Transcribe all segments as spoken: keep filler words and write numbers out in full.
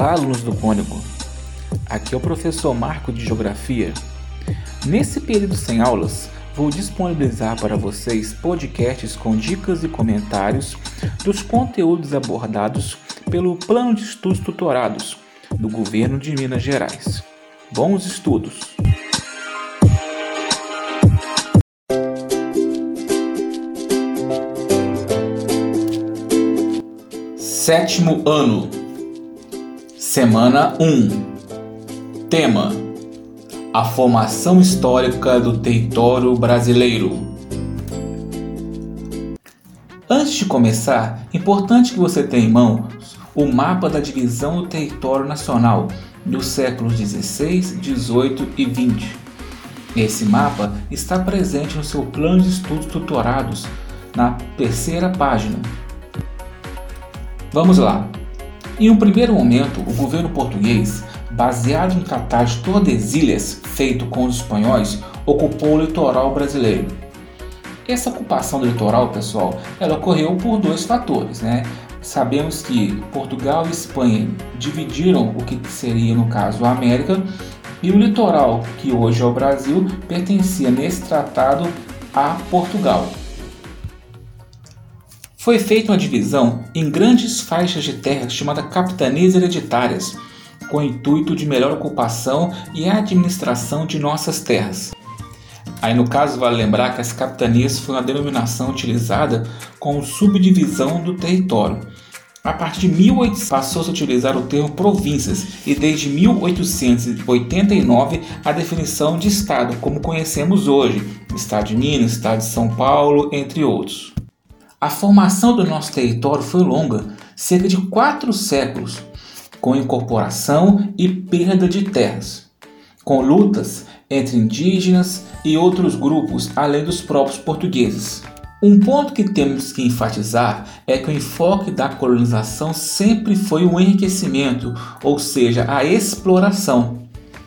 Olá, alunos do Cônigo. Aqui é o professor Marco de Geografia. Nesse período sem aulas, vou disponibilizar para vocês podcasts com dicas e comentários dos conteúdos abordados pelo Plano de Estudos Tutorados do Governo de Minas Gerais. Bons estudos! Sétimo ano, semana um. Tema: a formação histórica do território brasileiro. Antes de começar, é importante que você tenha em mãos o mapa da divisão do território nacional dos séculos dezesseis, dezoito e vinte. Esse mapa está presente no seu plano de estudos tutorados na terceira página. Vamos lá. Em um primeiro momento, o governo português, baseado no Tratado de Tordesilhas, feito com os espanhóis, ocupou o litoral brasileiro. Essa ocupação do litoral, pessoal, ela ocorreu por dois fatores, né? Sabemos que Portugal e Espanha dividiram o que seria, no caso, a América, e o litoral, que hoje é o Brasil, pertencia nesse tratado a Portugal. Foi feita uma divisão em grandes faixas de terra chamadas capitanias hereditárias, com o intuito de melhor ocupação e administração de nossas terras. Aí no caso vale lembrar que as capitanias foi uma denominação utilizada como subdivisão do território. A partir de mil e oitocentos passou-se a utilizar o termo províncias e desde mil oitocentos e oitenta e nove a definição de estado, como conhecemos hoje, estado de Minas, estado de São Paulo, entre outros. A formação do nosso território foi longa, cerca de quatro séculos, com incorporação e perda de terras, com lutas entre indígenas e outros grupos, além dos próprios portugueses. Um ponto que temos que enfatizar é que o enfoque da colonização sempre foi o enriquecimento, ou seja, a exploração.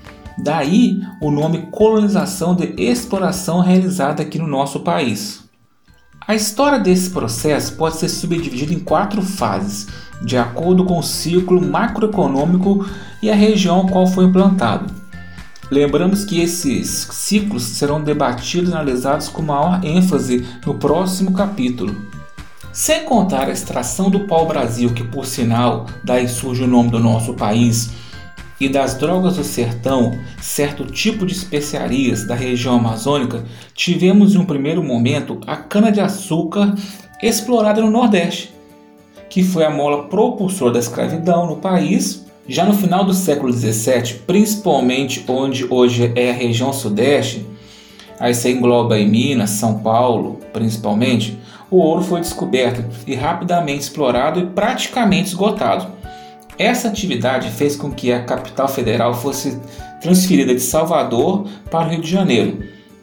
Daí o nome colonização de exploração realizada aqui no nosso país. A história desse processo pode ser subdividida em quatro fases, de acordo com o ciclo macroeconômico e a região ao qual foi implantado. Lembramos que esses ciclos serão debatidos e analisados com maior ênfase no próximo capítulo. Sem contar a extração do pau-brasil, que por sinal daí surge o nome do nosso país, e das drogas do sertão, certo tipo de especiarias da região amazônica, tivemos em um primeiro momento a cana-de-açúcar explorada no Nordeste, que foi a mola propulsora da escravidão no país. Já no final do século dezessete, principalmente onde hoje é a região sudeste, aí você engloba em Minas, São Paulo, principalmente, o ouro foi descoberto e rapidamente explorado e praticamente esgotado. Essa atividade fez com que a capital federal fosse transferida de Salvador para o Rio de Janeiro,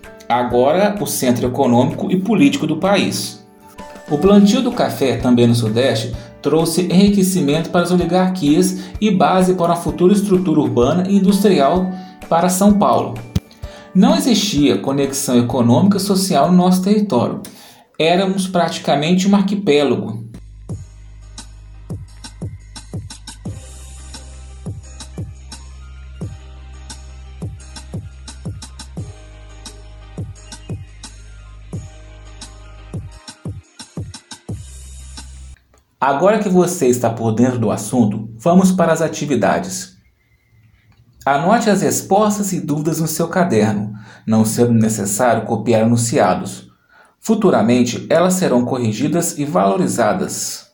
agora o centro econômico e político do país. O plantio do café, também no Sudeste, trouxe enriquecimento para as oligarquias e base para uma futura estrutura urbana e industrial para São Paulo. Não existia conexão econômica e social no nosso território. Éramos praticamente um arquipélago. Agora que você está por dentro do assunto, vamos para as atividades. Anote as respostas e dúvidas no seu caderno, não sendo necessário copiar enunciados. Futuramente, elas serão corrigidas e valorizadas.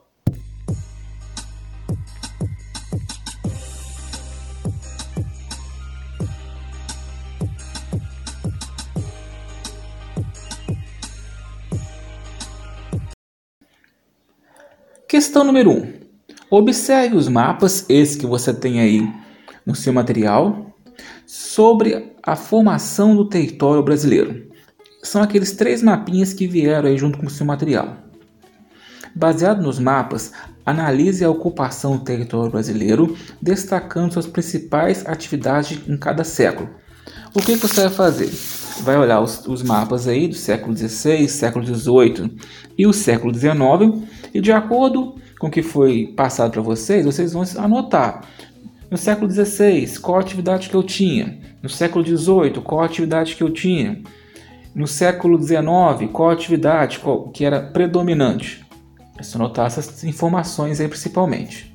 Questão número um. Observe os mapas, esses que você tem aí no seu material, sobre a formação do território brasileiro. São aqueles três mapinhas que vieram aí junto com o seu material. Baseado nos mapas, analise a ocupação do território brasileiro, destacando suas principais atividades em cada século. O que, que você vai fazer? Vai olhar os, os mapas aí do século dezesseis, século dezoito e o século dezenove, e de acordo com o que foi passado para vocês, vocês vão anotar. No século dezesseis, qual a atividade que eu tinha? No século dezoito, qual a atividade que eu tinha? No século dezenove, qual a atividade qual, que era predominante? É só anotar essas informações aí principalmente.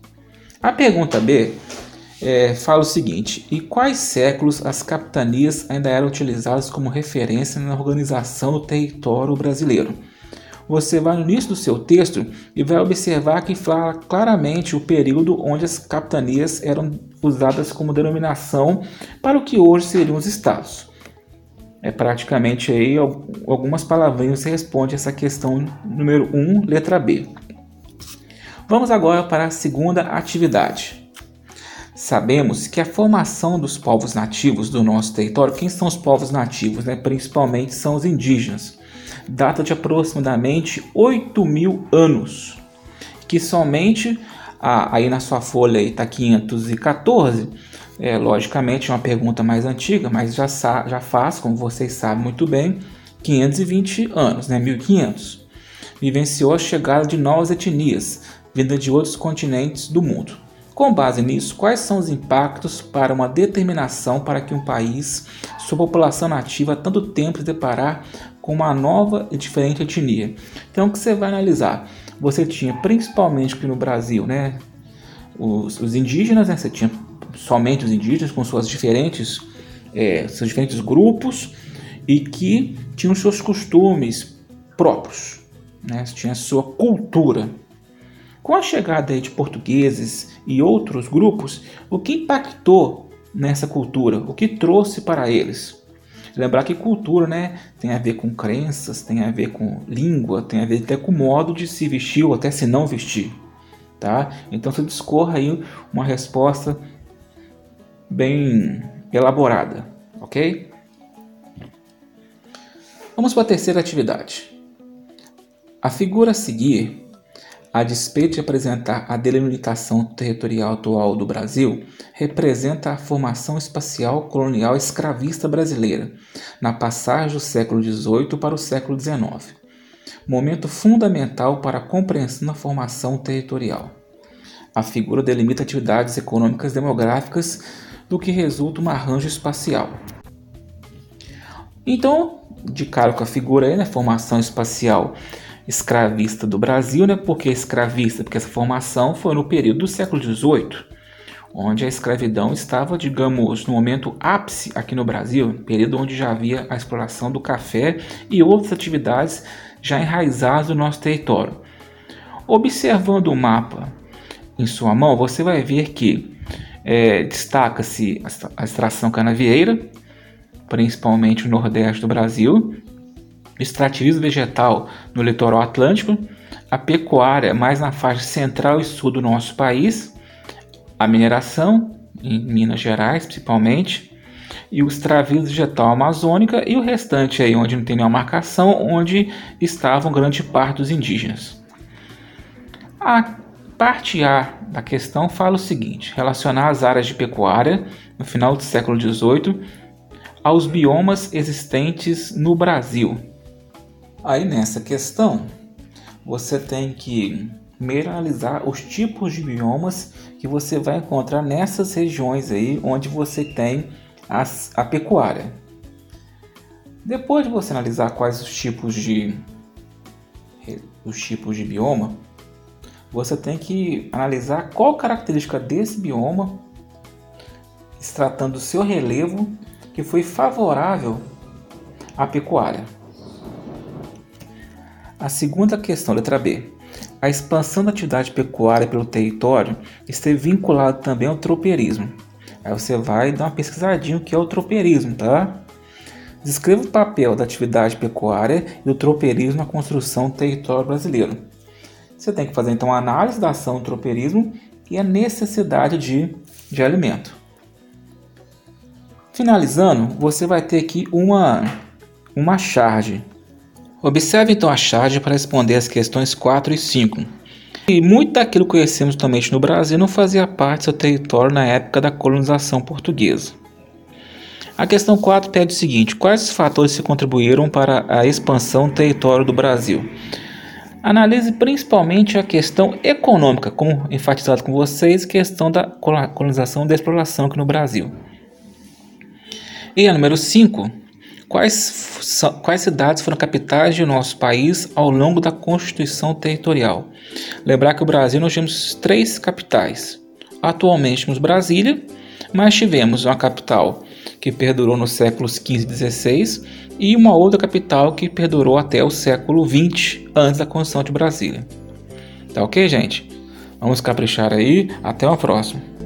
A pergunta B é, fala o seguinte: em quais séculos as capitanias ainda eram utilizadas como referência na organização do território brasileiro? Você vai no início do seu texto e vai observar que fala claramente o período onde as capitanias eram usadas como denominação para o que hoje seriam os estados. É praticamente aí algumas palavrinhas que responde essa questão número um, letra B. Vamos agora para a segunda atividade. Sabemos que a formação dos povos nativos do nosso território, quem são os povos nativos, né? Principalmente são os indígenas, data de aproximadamente oito mil anos, que somente, ah, aí na sua folha está quinhentos e quatorze, é, logicamente é uma pergunta mais antiga, mas já, já faz, como vocês sabem muito bem, quinhentos e vinte anos, né? mil e quinhentos. Vivenciou a chegada de novas etnias, vindas de outros continentes do mundo. Com base nisso, quais são os impactos para uma determinação para que um país, sua população nativa, há tanto tempo se deparar com uma nova e diferente etnia? Então, o que você vai analisar? Você tinha principalmente aqui no Brasil, né, os, os indígenas, né, você tinha somente os indígenas com suas diferentes, é, seus diferentes grupos e que tinham seus costumes próprios, né, tinha sua cultura. Com a chegada aí de portugueses e outros grupos, o que impactou nessa cultura? O que trouxe para eles? Lembrar que cultura, né, tem a ver com crenças, tem a ver com língua, tem a ver até com modo de se vestir ou até se não vestir. Tá? Então você discorra aí uma resposta bem elaborada, ok? Vamos para a terceira atividade. A figura a seguir, a despeito de apresentar a delimitação territorial atual do Brasil, representa a formação espacial colonial escravista brasileira, na passagem do século dezoito para o século dezenove. Momento fundamental para a compreensão da formação territorial. A figura delimita atividades econômicas demográficas do que resulta um arranjo espacial. Então, de cara com a figura aí, né, formação espacial escravista do Brasil, né? Por que escravista? Porque essa formação foi no período do século dezoito, onde a escravidão estava, digamos, no momento ápice aqui no Brasil, período onde já havia a exploração do café e outras atividades já enraizadas no nosso território. Observando o mapa em sua mão, você vai ver que é, destaca-se a extração canavieira, principalmente no Nordeste do Brasil, extrativismo vegetal no litoral atlântico, a pecuária mais na faixa central e sul do nosso país, a mineração em Minas Gerais principalmente, e o extraviso vegetal amazônica e o restante aí onde não tem nenhuma marcação, onde estavam grande parte dos indígenas. A parte A da questão fala o seguinte: relacionar as áreas de pecuária no final do século dezoito aos biomas existentes no Brasil. Aí nessa questão, você tem que primeiro analisar os tipos de biomas que você vai encontrar nessas regiões aí onde você tem as, a pecuária. Depois de você analisar quais os tipos de os tipos de bioma, você tem que analisar qual característica desse bioma, se tratando do seu relevo, que foi favorável à pecuária. A segunda questão, letra B. A expansão da atividade pecuária pelo território esteve vinculada também ao tropeirismo. Aí você vai dar uma pesquisadinha o que é o tropeirismo, tá? Descreva o papel da atividade pecuária e do tropeirismo na construção do território brasileiro. Você tem que fazer então a análise da ação do tropeirismo e a necessidade de, de alimento. Finalizando, você vai ter aqui uma, uma charge. Observe então a charge para responder as questões quatro e cinco. E muito daquilo que conhecemos atualmente no Brasil não fazia parte do seu território na época da colonização portuguesa. A questão quatro pede o seguinte: quais os fatores que contribuíram para a expansão do território do Brasil? Analise principalmente a questão econômica, como enfatizado com vocês, questão da colonização e da exploração aqui no Brasil. E a número cinco, quais, quais cidades foram capitais de nosso país ao longo da Constituição Territorial? Lembrar que o Brasil nós temos três capitais. Atualmente temos Brasília, mas tivemos uma capital que perdurou nos séculos quinze e dezesseis e uma outra capital que perdurou até o século vinte, antes da Constituição de Brasília. Tá ok, gente? Vamos caprichar aí. Até uma próxima.